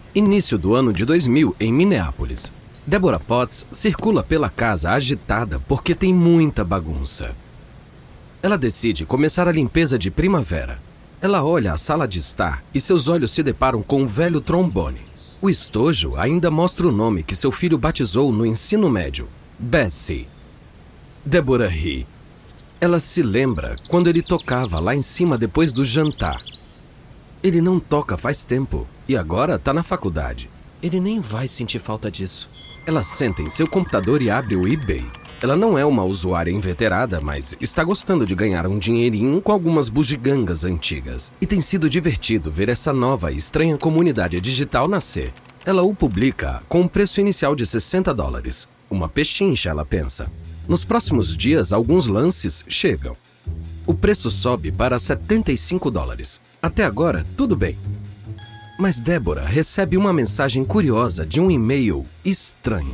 Início do ano de 2000 em Minneapolis. Deborah Potts circula pela casa agitada porque tem muita bagunça. Ela decide começar a limpeza de primavera. Ela olha a sala de estar e seus olhos se deparam com um velho trombone. O estojo ainda mostra o nome que seu filho batizou no ensino médio, Bessie. Deborah ri. Ela se lembra quando ele tocava lá em cima depois do jantar. Ele não toca faz tempo e agora está na faculdade. Ele nem vai sentir falta disso. Ela senta em seu computador e abre o eBay. Ela não é uma usuária inveterada, mas está gostando de ganhar um dinheirinho com algumas bugigangas antigas. E tem sido divertido ver essa nova e estranha comunidade digital nascer. Ela o publica com um preço inicial de $60. Uma pechincha, ela pensa. Nos próximos dias, alguns lances chegam. O preço sobe para $75. Até agora, tudo bem. Mas Deborah recebe uma mensagem curiosa de um e-mail estranho.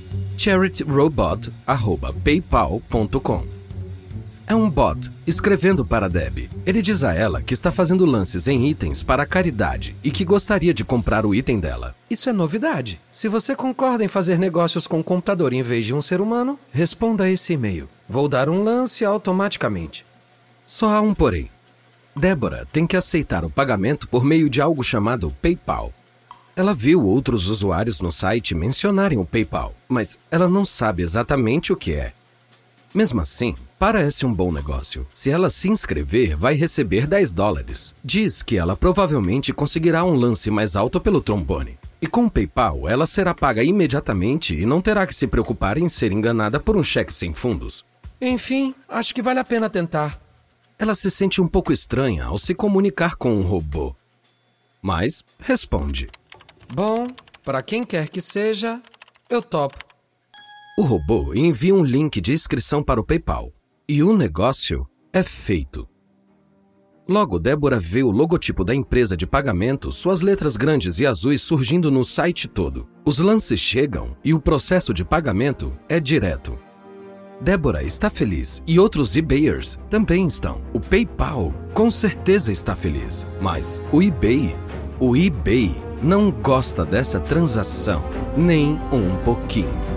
charityrobot@paypal.com. É um bot escrevendo para Deb. Ele diz a ela que está fazendo lances em itens para a caridade e que gostaria de comprar o item dela. Isso é novidade. Se você concorda em fazer negócios com um computador em vez de um ser humano, responda a esse e-mail. Vou dar um lance automaticamente. Só há um porém. Deborah tem que aceitar o pagamento por meio de algo chamado PayPal. Ela viu outros usuários no site mencionarem o PayPal, mas ela não sabe exatamente o que é. Mesmo assim, parece um bom negócio. Se ela se inscrever, vai receber $10. Diz que ela provavelmente conseguirá um lance mais alto pelo trombone. E com o PayPal, ela será paga imediatamente e não terá que se preocupar em ser enganada por um cheque sem fundos. Enfim, acho que vale a pena tentar. Ela se sente um pouco estranha ao se comunicar com um robô. Mas responde. Bom, para quem quer que seja, eu topo. O robô envia um link de inscrição para o PayPal. E o negócio é feito. Logo, Deborah vê o logotipo da empresa de pagamento, suas letras grandes e azuis surgindo no site todo. Os lances chegam e o processo de pagamento é direto. Deborah está feliz e outros eBayers também estão. O PayPal com certeza está feliz, mas o eBay não gosta dessa transação, nem um pouquinho.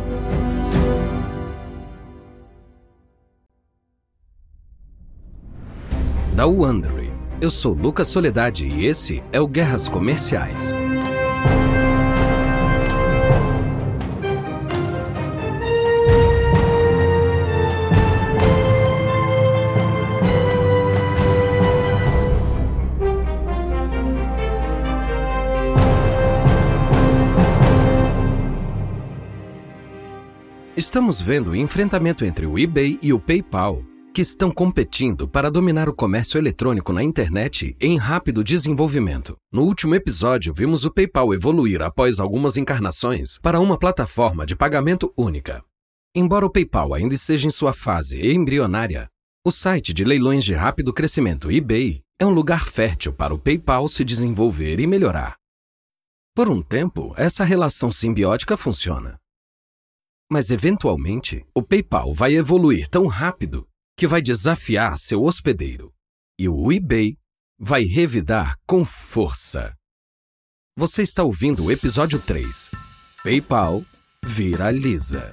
Da Wondery. Eu sou Lucas Soledade e esse é o Guerras Comerciais. Estamos vendo o enfrentamento entre o eBay e o PayPal, que estão competindo para dominar o comércio eletrônico na internet em rápido desenvolvimento. No último episódio, vimos o PayPal evoluir após algumas encarnações para uma plataforma de pagamento única. Embora o PayPal ainda esteja em sua fase embrionária, o site de leilões de rápido crescimento eBay é um lugar fértil para o PayPal se desenvolver e melhorar. Por um tempo, essa relação simbiótica funciona. Mas, eventualmente, o PayPal vai evoluir tão rápido que vai desafiar seu hospedeiro. E o eBay vai revidar com força. Você está ouvindo o episódio 3. PayPal viraliza.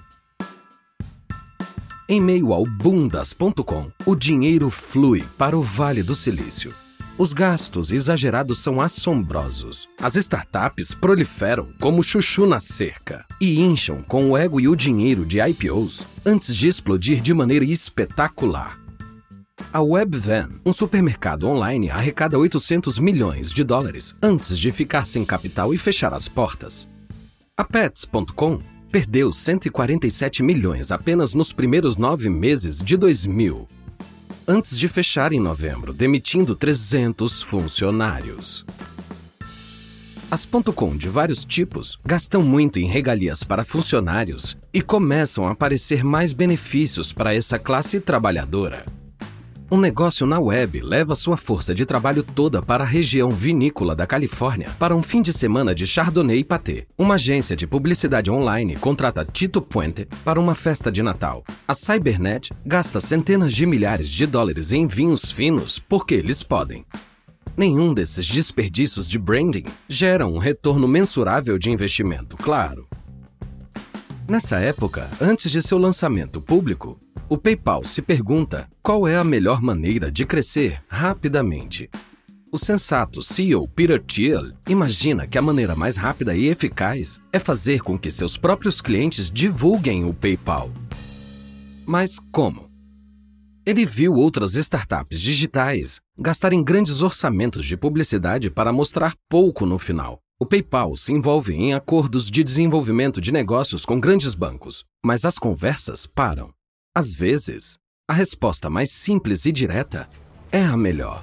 Em meio ao boom das .com, o dinheiro flui para o Vale do Silício. Os gastos exagerados são assombrosos. As startups proliferam como chuchu na cerca e incham com o ego e o dinheiro de IPOs antes de explodir de maneira espetacular. A Webvan, um supermercado online, arrecada $800 milhões antes de ficar sem capital e fechar as portas. A Pets.com perdeu 147 milhões apenas nos primeiros 9 meses de 2000. Antes de fechar em novembro, demitindo 300 funcionários. As .com de vários tipos gastam muito em regalias para funcionários e começam a aparecer mais benefícios para essa classe trabalhadora. Um negócio na web leva sua força de trabalho toda para a região vinícola da Califórnia para um fim de semana de Chardonnay e Pâté. Uma agência de publicidade online contrata Tito Puente para uma festa de Natal. A Cybernet gasta centenas de milhares de dólares em vinhos finos porque eles podem. Nenhum desses desperdícios de branding gera um retorno mensurável de investimento, claro. Nessa época, antes de seu lançamento público, o PayPal se pergunta qual é a melhor maneira de crescer rapidamente. O sensato CEO Peter Thiel imagina que a maneira mais rápida e eficaz é fazer com que seus próprios clientes divulguem o PayPal. Mas como? Ele viu outras startups digitais gastarem grandes orçamentos de publicidade para mostrar pouco no final. O PayPal se envolve em acordos de desenvolvimento de negócios com grandes bancos, mas as conversas param. Às vezes, a resposta mais simples e direta é a melhor.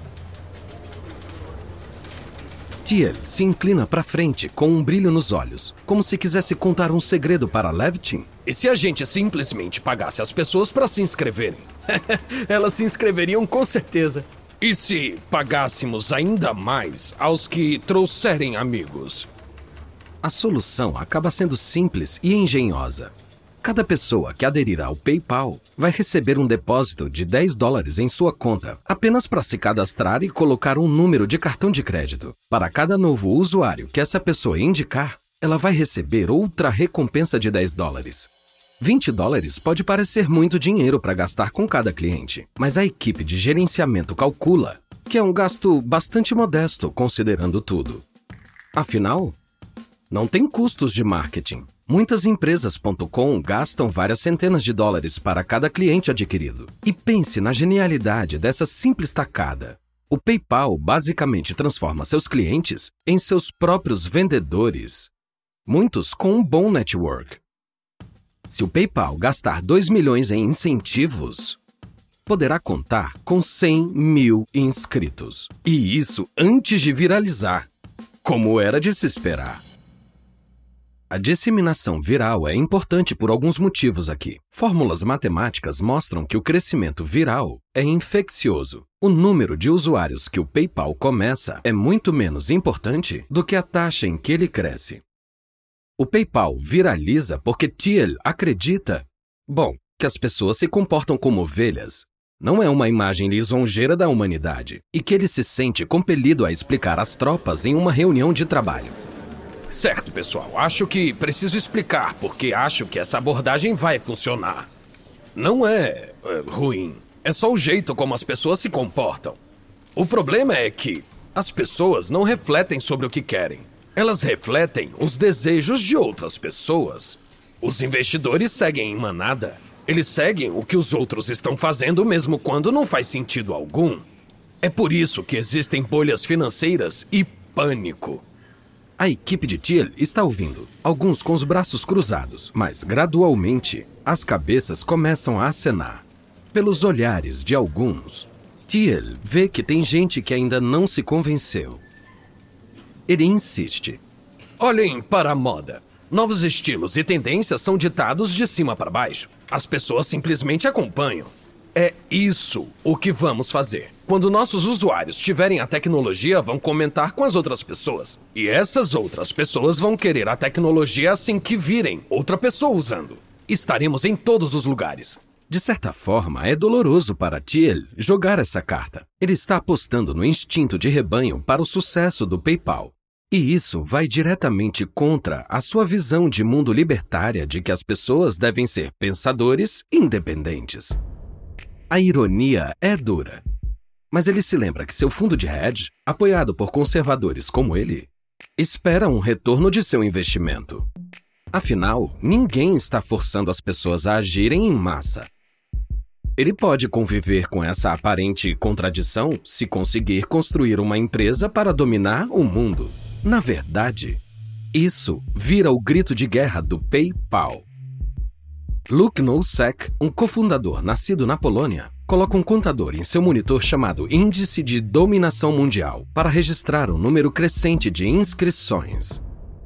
Thiel se inclina para frente com um brilho nos olhos, como se quisesse contar um segredo para Levitin. E se a gente simplesmente pagasse as pessoas para se inscreverem? Elas se inscreveriam com certeza. E se pagássemos ainda mais aos que trouxerem amigos? A solução acaba sendo simples e engenhosa. Cada pessoa que aderir ao PayPal vai receber um depósito de $10 em sua conta, apenas para se cadastrar e colocar um número de cartão de crédito. Para cada novo usuário que essa pessoa indicar, ela vai receber outra recompensa de $10. $20 pode parecer muito dinheiro para gastar com cada cliente, mas a equipe de gerenciamento calcula que é um gasto bastante modesto considerando tudo. Afinal, não tem custos de marketing. Muitas empresas.com gastam várias centenas de dólares para cada cliente adquirido. E pense na genialidade dessa simples tacada. O PayPal basicamente transforma seus clientes em seus próprios vendedores, muitos com um bom network. Se o PayPal gastar 2 milhões em incentivos, poderá contar com 100 mil inscritos. E isso antes de viralizar, como era de se esperar. A disseminação viral é importante por alguns motivos aqui. Fórmulas matemáticas mostram que o crescimento viral é infeccioso. O número de usuários que o PayPal começa é muito menos importante do que a taxa em que ele cresce. O PayPal viraliza porque Thiel acredita, que as pessoas se comportam como ovelhas. Não é uma imagem lisonjeira da humanidade e que ele se sente compelido a explicar às tropas em uma reunião de trabalho. Certo, pessoal. Acho que preciso explicar porque acho que essa abordagem vai funcionar. Não é ruim. É só o jeito como as pessoas se comportam. O problema é que as pessoas não refletem sobre o que querem. Elas refletem os desejos de outras pessoas. Os investidores seguem em manada. Eles seguem o que os outros estão fazendo mesmo quando não faz sentido algum. É por isso que existem bolhas financeiras e pânico. A equipe de Thiel está ouvindo, alguns com os braços cruzados, mas gradualmente as cabeças começam a acenar. Pelos olhares de alguns, Thiel vê que tem gente que ainda não se convenceu. Ele insiste. Olhem para a moda. Novos estilos e tendências são ditados de cima para baixo. As pessoas simplesmente acompanham. É isso o que vamos fazer. Quando nossos usuários tiverem a tecnologia, vão comentar com as outras pessoas. E essas outras pessoas vão querer a tecnologia assim que virem outra pessoa usando. Estaremos em todos os lugares. De certa forma, é doloroso para Thiel jogar essa carta. Ele está apostando no instinto de rebanho para o sucesso do PayPal. E isso vai diretamente contra a sua visão de mundo libertária de que as pessoas devem ser pensadores independentes. A ironia é dura. Mas ele se lembra que seu fundo de hedge, apoiado por conservadores como ele, espera um retorno de seu investimento. Afinal, ninguém está forçando as pessoas a agirem em massa. Ele pode conviver com essa aparente contradição se conseguir construir uma empresa para dominar o mundo. Na verdade, isso vira o grito de guerra do PayPal. Luke Nosek, um cofundador nascido na Polônia, coloca um contador em seu monitor chamado Índice de Dominação Mundial para registrar um número crescente de inscrições.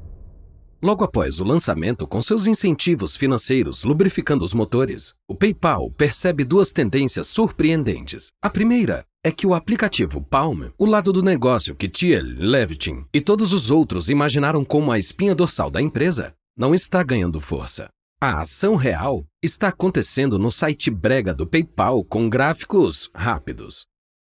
Logo após o lançamento, com seus incentivos financeiros lubrificando os motores, o PayPal percebe duas tendências surpreendentes. A primeira é que o aplicativo Palm, o lado do negócio que Thiel, Levitin e todos os outros imaginaram como a espinha dorsal da empresa, não está ganhando força. A ação real está acontecendo no site brega do PayPal com gráficos rápidos.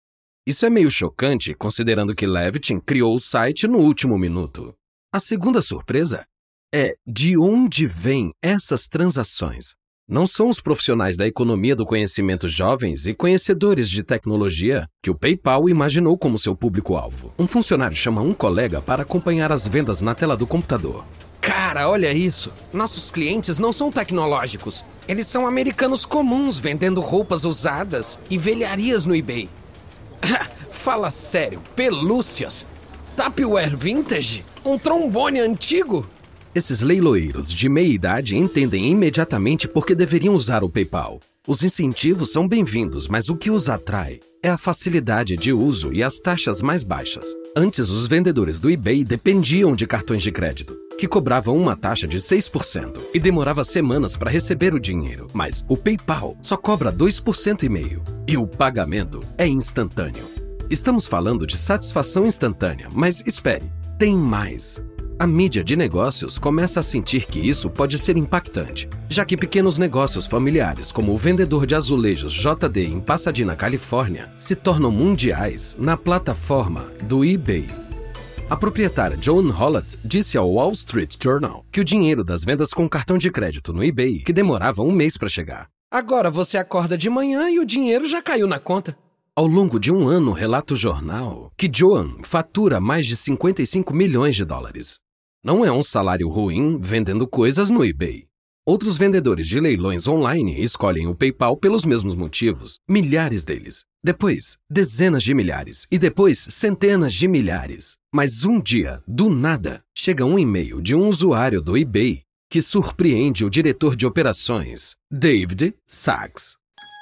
Isso é meio chocante, considerando que Levitin criou o site no último minuto. A segunda surpresa é de onde vêm essas transações. Não são os profissionais da economia do conhecimento jovens e conhecedores de tecnologia que o PayPal imaginou como seu público-alvo. Um funcionário chama um colega para acompanhar as vendas na tela do computador. Cara, olha isso. Nossos clientes não são tecnológicos. Eles são americanos comuns vendendo roupas usadas e velharias no eBay. Fala sério, pelúcias. Tupperware vintage? Um trombone antigo? Esses leiloeiros de meia-idade entendem imediatamente por que deveriam usar o PayPal. Os incentivos são bem-vindos, mas o que os atrai é a facilidade de uso e as taxas mais baixas. Antes, os vendedores do eBay dependiam de cartões de crédito, que cobravam uma taxa de 6% e demorava semanas para receber o dinheiro. Mas o PayPal só cobra 2,5% e o pagamento é instantâneo. Estamos falando de satisfação instantânea, mas espere, tem mais. A mídia de negócios começa a sentir que isso pode ser impactante, já que pequenos negócios familiares, como o vendedor de azulejos JD em Pasadena, Califórnia, se tornam mundiais na plataforma do eBay. A proprietária Joan Hollett disse ao Wall Street Journal que o dinheiro das vendas com cartão de crédito no eBay que demorava um mês para chegar. Agora você acorda de manhã e o dinheiro já caiu na conta. Ao longo de um ano, relata o jornal que Joan fatura mais de 55 milhões de dólares. Não é um salário ruim vendendo coisas no eBay. Outros vendedores de leilões online escolhem o PayPal pelos mesmos motivos, milhares deles. Depois, dezenas de milhares e depois centenas de milhares. Mas um dia, do nada, chega um e-mail de um usuário do eBay que surpreende o diretor de operações, David Sachs.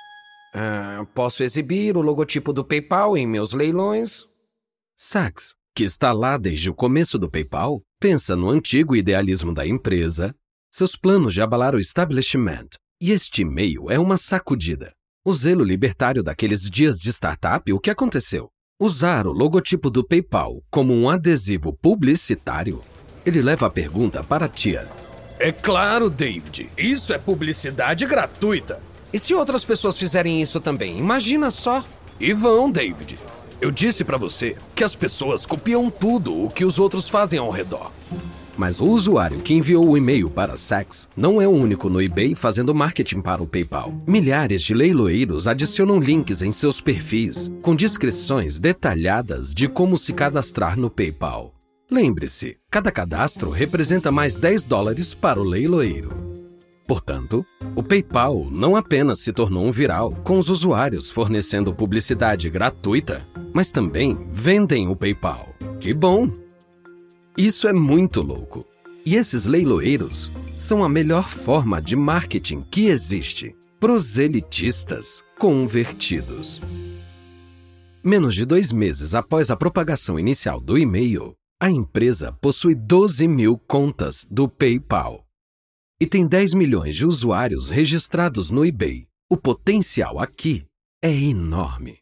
Posso exibir o logotipo do PayPal em meus leilões? Sachs, que está lá desde o começo do PayPal, pensa no antigo idealismo da empresa, seus planos de abalar o establishment, e este e-mail é uma sacudida. O zelo libertário daqueles dias de startup, o que aconteceu? Usar o logotipo do PayPal como um adesivo publicitário? Ele leva a pergunta para a tia. É claro, David. Isso é publicidade gratuita. E se outras pessoas fizerem isso também? Imagina só. E vão, David. Eu disse pra você que as pessoas copiam tudo o que os outros fazem ao redor. Mas o usuário que enviou o e-mail para Sachs não é o único no eBay fazendo marketing para o PayPal. Milhares de leiloeiros adicionam links em seus perfis com descrições detalhadas de como se cadastrar no PayPal. Lembre-se, cada cadastro representa mais $10 para o leiloeiro. Portanto, o PayPal não apenas se tornou um viral com os usuários fornecendo publicidade gratuita, mas também vendem o PayPal. Que bom! Isso é muito louco. E esses leiloeiros são a melhor forma de marketing que existe. Proselitistas convertidos. Menos de 2 meses após a propagação inicial do e-mail, a empresa possui 12 mil contas do PayPal. E tem 10 milhões de usuários registrados no eBay. O potencial aqui é enorme.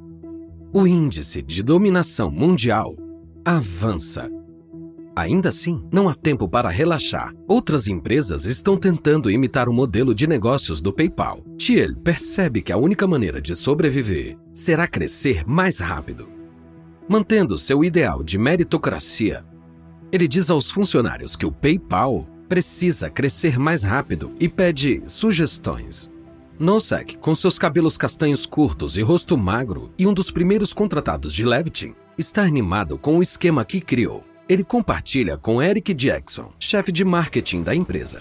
O índice de dominação mundial avança. Ainda assim, não há tempo para relaxar. Outras empresas estão tentando imitar o modelo de negócios do PayPal. Thiel percebe que a única maneira de sobreviver será crescer mais rápido. Mantendo seu ideal de meritocracia, ele diz aos funcionários que o PayPal precisa crescer mais rápido e pede sugestões. Nosek, com seus cabelos castanhos curtos e rosto magro e um dos primeiros contratados de Levitin, está animado com o esquema que criou. Ele compartilha com Eric Jackson, chefe de marketing da empresa.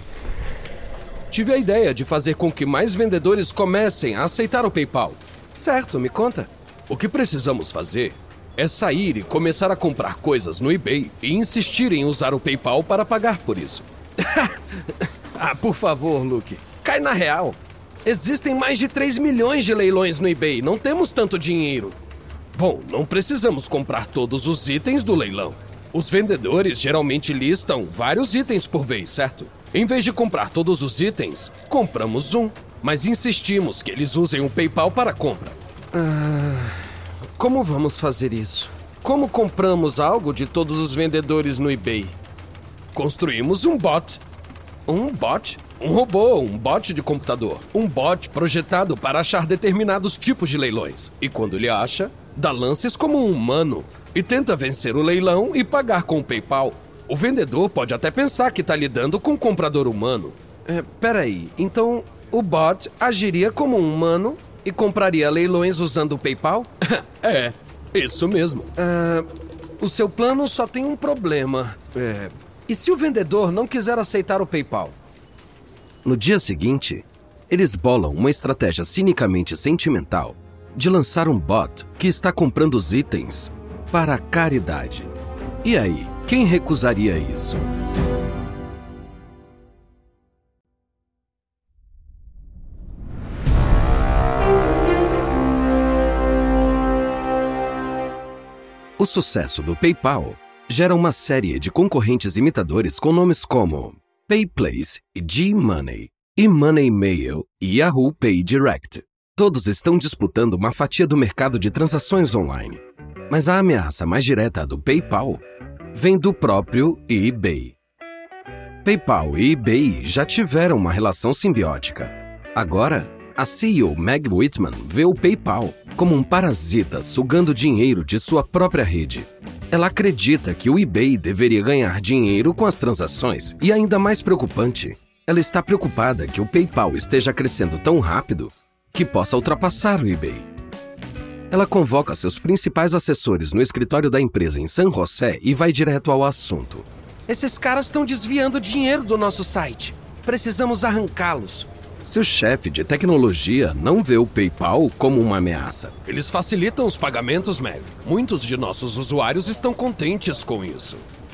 Tive a ideia de fazer com que mais vendedores comecem a aceitar o PayPal. Certo, me conta. O que precisamos fazer é sair e começar a comprar coisas no eBay e insistir em usar o PayPal para pagar por isso. Por favor, Luke. Cai na real. Existem mais de 3 milhões de leilões no eBay. Não temos tanto dinheiro. Bom, não precisamos comprar todos os itens do leilão. Os vendedores geralmente listam vários itens por vez, certo? Em vez de comprar todos os itens, compramos um. Mas insistimos que eles usem o PayPal para a compra. Como vamos fazer isso? Como compramos algo de todos os vendedores no eBay? Construímos um bot. Um bot? Um robô, um bot de computador. Um bot projetado para achar determinados tipos de leilões. E quando ele acha, dá lances como um humano e tenta vencer o leilão e pagar com o PayPal. O vendedor pode até pensar que está lidando com um comprador humano. Peraí, então o bot agiria como um humano e compraria leilões usando o PayPal? É, isso mesmo. O seu plano só tem um problema. E se o vendedor não quiser aceitar o PayPal? No dia seguinte, eles bolam uma estratégia cinicamente sentimental de lançar um bot que está comprando os itens para a caridade. E aí, quem recusaria isso? O sucesso do PayPal gera uma série de concorrentes imitadores com nomes como PayPlace e G-Money, e Money Mail e Yahoo Pay Direct. Todos estão disputando uma fatia do mercado de transações online. Mas a ameaça mais direta do PayPal vem do próprio eBay. PayPal e eBay já tiveram uma relação simbiótica. Agora, a CEO Meg Whitman vê o PayPal como um parasita sugando dinheiro de sua própria rede. Ela acredita que o eBay deveria ganhar dinheiro com as transações e, ainda mais preocupante, ela está preocupada que o PayPal esteja crescendo tão rápido que possa ultrapassar o eBay. Ela convoca seus principais assessores no escritório da empresa em San José e vai direto ao assunto. Esses caras estão desviando dinheiro do nosso site. Precisamos arrancá-los. Seu chefe de tecnologia não vê o PayPal como uma ameaça. Eles facilitam os pagamentos, Meg. Muitos de nossos usuários estão contentes com isso.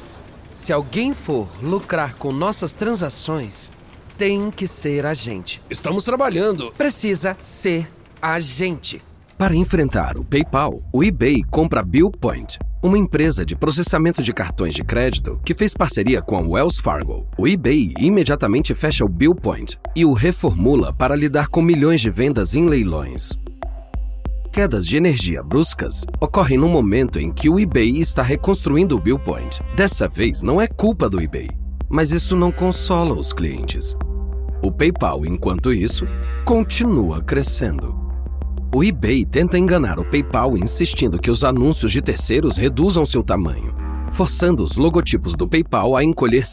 Se alguém for lucrar com nossas transações, tem que ser a gente. Estamos trabalhando. Precisa ser a gente. Para enfrentar o PayPal, o eBay compra a BillPoint, uma empresa de processamento de cartões de crédito que fez parceria com a Wells Fargo. O eBay imediatamente fecha o BillPoint e o reformula para lidar com milhões de vendas em leilões. Quedas de energia bruscas ocorrem no momento em que o eBay está reconstruindo o BillPoint. Dessa vez não é culpa do eBay, mas isso não consola os clientes. O PayPal, enquanto isso, continua crescendo. O eBay tenta enganar o PayPal insistindo que os anúncios de terceiros reduzam seu tamanho, forçando os logotipos do PayPal a encolher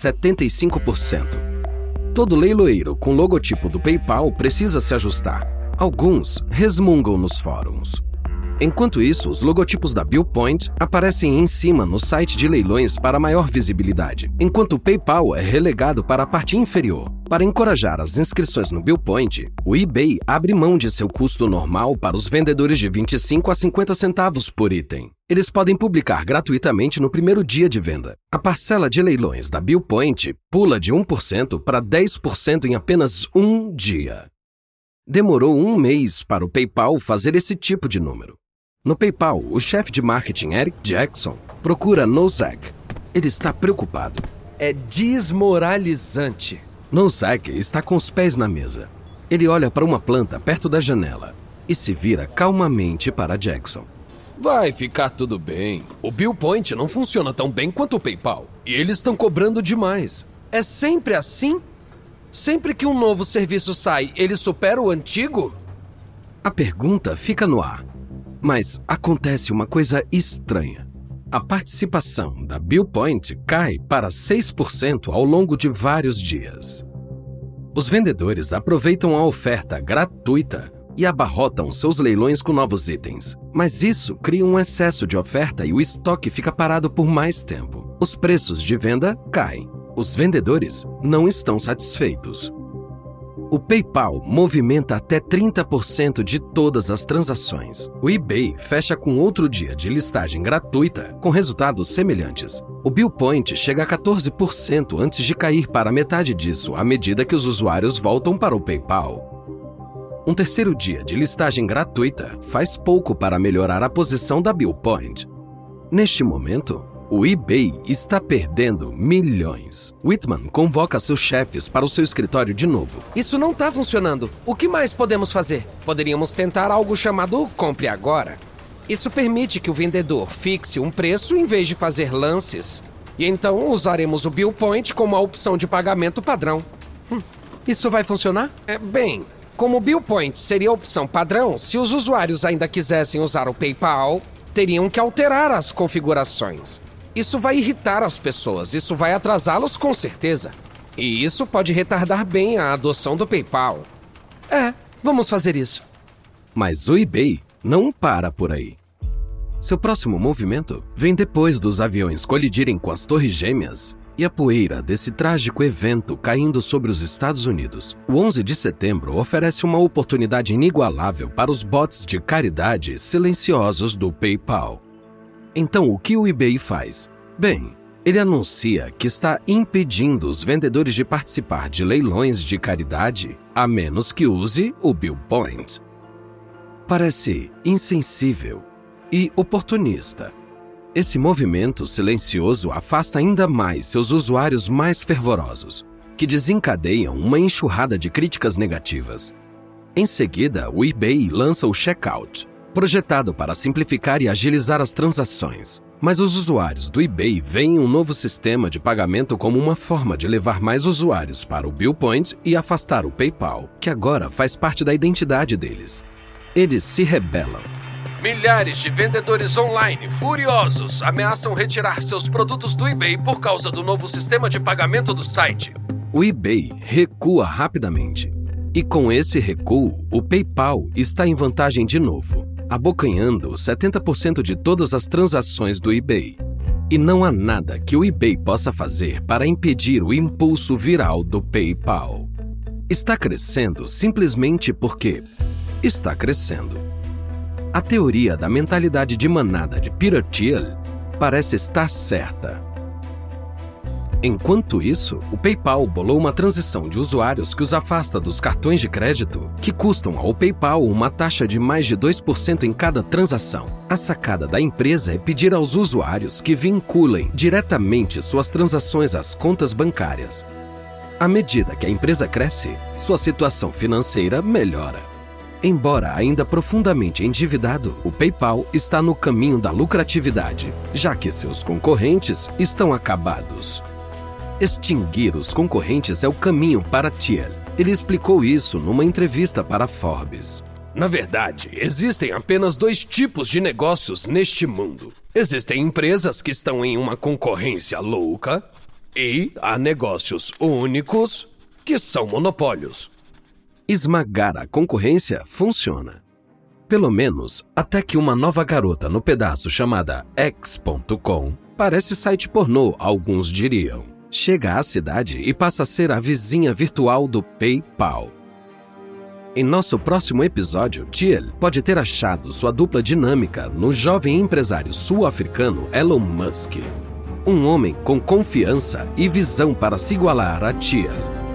75%. Todo leiloeiro com logotipo do PayPal precisa se ajustar. Alguns resmungam nos fóruns. Enquanto isso, os logotipos da BillPoint aparecem em cima no site de leilões para maior visibilidade, enquanto o PayPal é relegado para a parte inferior. Para encorajar as inscrições no BillPoint, o eBay abre mão de seu custo normal para os vendedores de 25 a 50 centavos por item. Eles podem publicar gratuitamente no primeiro dia de venda. A parcela de leilões da BillPoint pula de 1% para 10% em apenas um dia. Demorou um mês para o PayPal fazer esse tipo de número. No PayPal, o chefe de marketing Eric Jackson procura Nozak. Ele está preocupado. É desmoralizante. Nozak está com os pés na mesa. Ele olha para uma planta perto da janela e se vira calmamente para Jackson. Vai ficar tudo bem. O BillPoint não funciona tão bem quanto o PayPal. E eles estão cobrando demais. É sempre assim? Sempre que um novo serviço sai, ele supera o antigo? A pergunta fica no ar. Mas acontece uma coisa estranha. A participação da BillPoint cai para 6% ao longo de vários dias. Os vendedores aproveitam a oferta gratuita e abarrotam seus leilões com novos itens. Mas isso cria um excesso de oferta e o estoque fica parado por mais tempo. Os preços de venda caem. Os vendedores não estão satisfeitos. O PayPal movimenta até 30% de todas as transações. O eBay fecha com outro dia de listagem gratuita com resultados semelhantes. O BillPoint chega a 14% antes de cair para metade disso à medida que os usuários voltam para o PayPal. Um terceiro dia de listagem gratuita faz pouco para melhorar a posição da BillPoint. Neste momento, o eBay está perdendo milhões. Whitman convoca seus chefes para o seu escritório de novo. Isso não está funcionando. O que mais podemos fazer? Poderíamos tentar algo chamado Compre Agora. Isso permite que o vendedor fixe um preço em vez de fazer lances. E então usaremos o BillPoint como a opção de pagamento padrão. Isso vai funcionar? Bem, como o BillPoint seria a opção padrão, se os usuários ainda quisessem usar o PayPal, teriam que alterar as configurações. Isso vai irritar as pessoas, isso vai atrasá-los com certeza. E isso pode retardar bem a adoção do PayPal. Vamos fazer isso. Mas o eBay não para por aí. Seu próximo movimento vem depois dos aviões colidirem com as Torres Gêmeas e a poeira desse trágico evento caindo sobre os Estados Unidos. O 11 de setembro oferece uma oportunidade inigualável para os bots de caridade silenciosos do PayPal. Então, o que o eBay faz? Bem, ele anuncia que está impedindo os vendedores de participar de leilões de caridade, a menos que use o Bill Point. Parece insensível e oportunista. Esse movimento silencioso afasta ainda mais seus usuários mais fervorosos, que desencadeiam uma enxurrada de críticas negativas. Em seguida, o eBay lança o Checkout, projetado para simplificar e agilizar as transações. Mas os usuários do eBay veem um novo sistema de pagamento como uma forma de levar mais usuários para o Bill Point e afastar o PayPal, que agora faz parte da identidade deles. Eles se rebelam. Milhares de vendedores online furiosos ameaçam retirar seus produtos do eBay por causa do novo sistema de pagamento do site. O eBay recua rapidamente. E com esse recuo, o PayPal está em vantagem de novo, abocanhando 70% de todas as transações do eBay. E não há nada que o eBay possa fazer para impedir o impulso viral do PayPal. Está crescendo simplesmente porque está crescendo. A teoria da mentalidade de manada de Peter Thiel parece estar certa. Enquanto isso, o PayPal bolou uma transição de usuários que os afasta dos cartões de crédito, que custam ao PayPal uma taxa de mais de 2% em cada transação. A sacada da empresa é pedir aos usuários que vinculem diretamente suas transações às contas bancárias. À medida que a empresa cresce, sua situação financeira melhora. Embora ainda profundamente endividado, o PayPal está no caminho da lucratividade, já que seus concorrentes estão acabados. Extinguir os concorrentes é o caminho para Thiel. Ele explicou isso numa entrevista para Forbes. Na verdade, existem apenas 2 tipos de negócios neste mundo. Existem empresas que estão em uma concorrência louca e há negócios únicos que são monopólios. Esmagar a concorrência funciona. Pelo menos até que uma nova garota no pedaço chamada X.com parece site pornô, alguns diriam. Chega à cidade e passa a ser a vizinha virtual do PayPal. Em nosso próximo episódio, Thiel pode ter achado sua dupla dinâmica no jovem empresário sul-africano Elon Musk. Um homem com confiança e visão para se igualar a Thiel.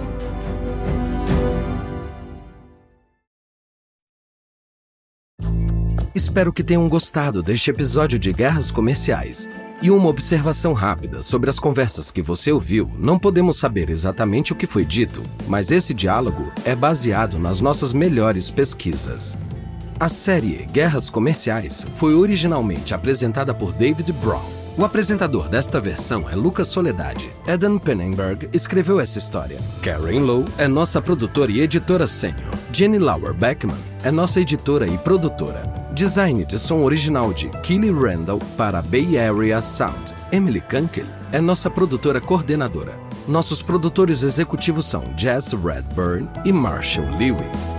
Espero que tenham gostado deste episódio de Guerras Comerciais. E uma observação rápida sobre as conversas que você ouviu. Não podemos saber exatamente o que foi dito, mas esse diálogo é baseado nas nossas melhores pesquisas. A série Guerras Comerciais foi originalmente apresentada por David Brown. O apresentador desta versão é Lucas Soledade. Eden Pennenberg escreveu essa história. Karen Lowe é nossa produtora e editora sênior. Jenny Lauer Beckman é nossa editora e produtora. Design de som original de Keely Randall para Bay Area Sound. Emily Kunkel é nossa produtora coordenadora. Nossos produtores executivos são Jess Redburn e Marshall Lewy.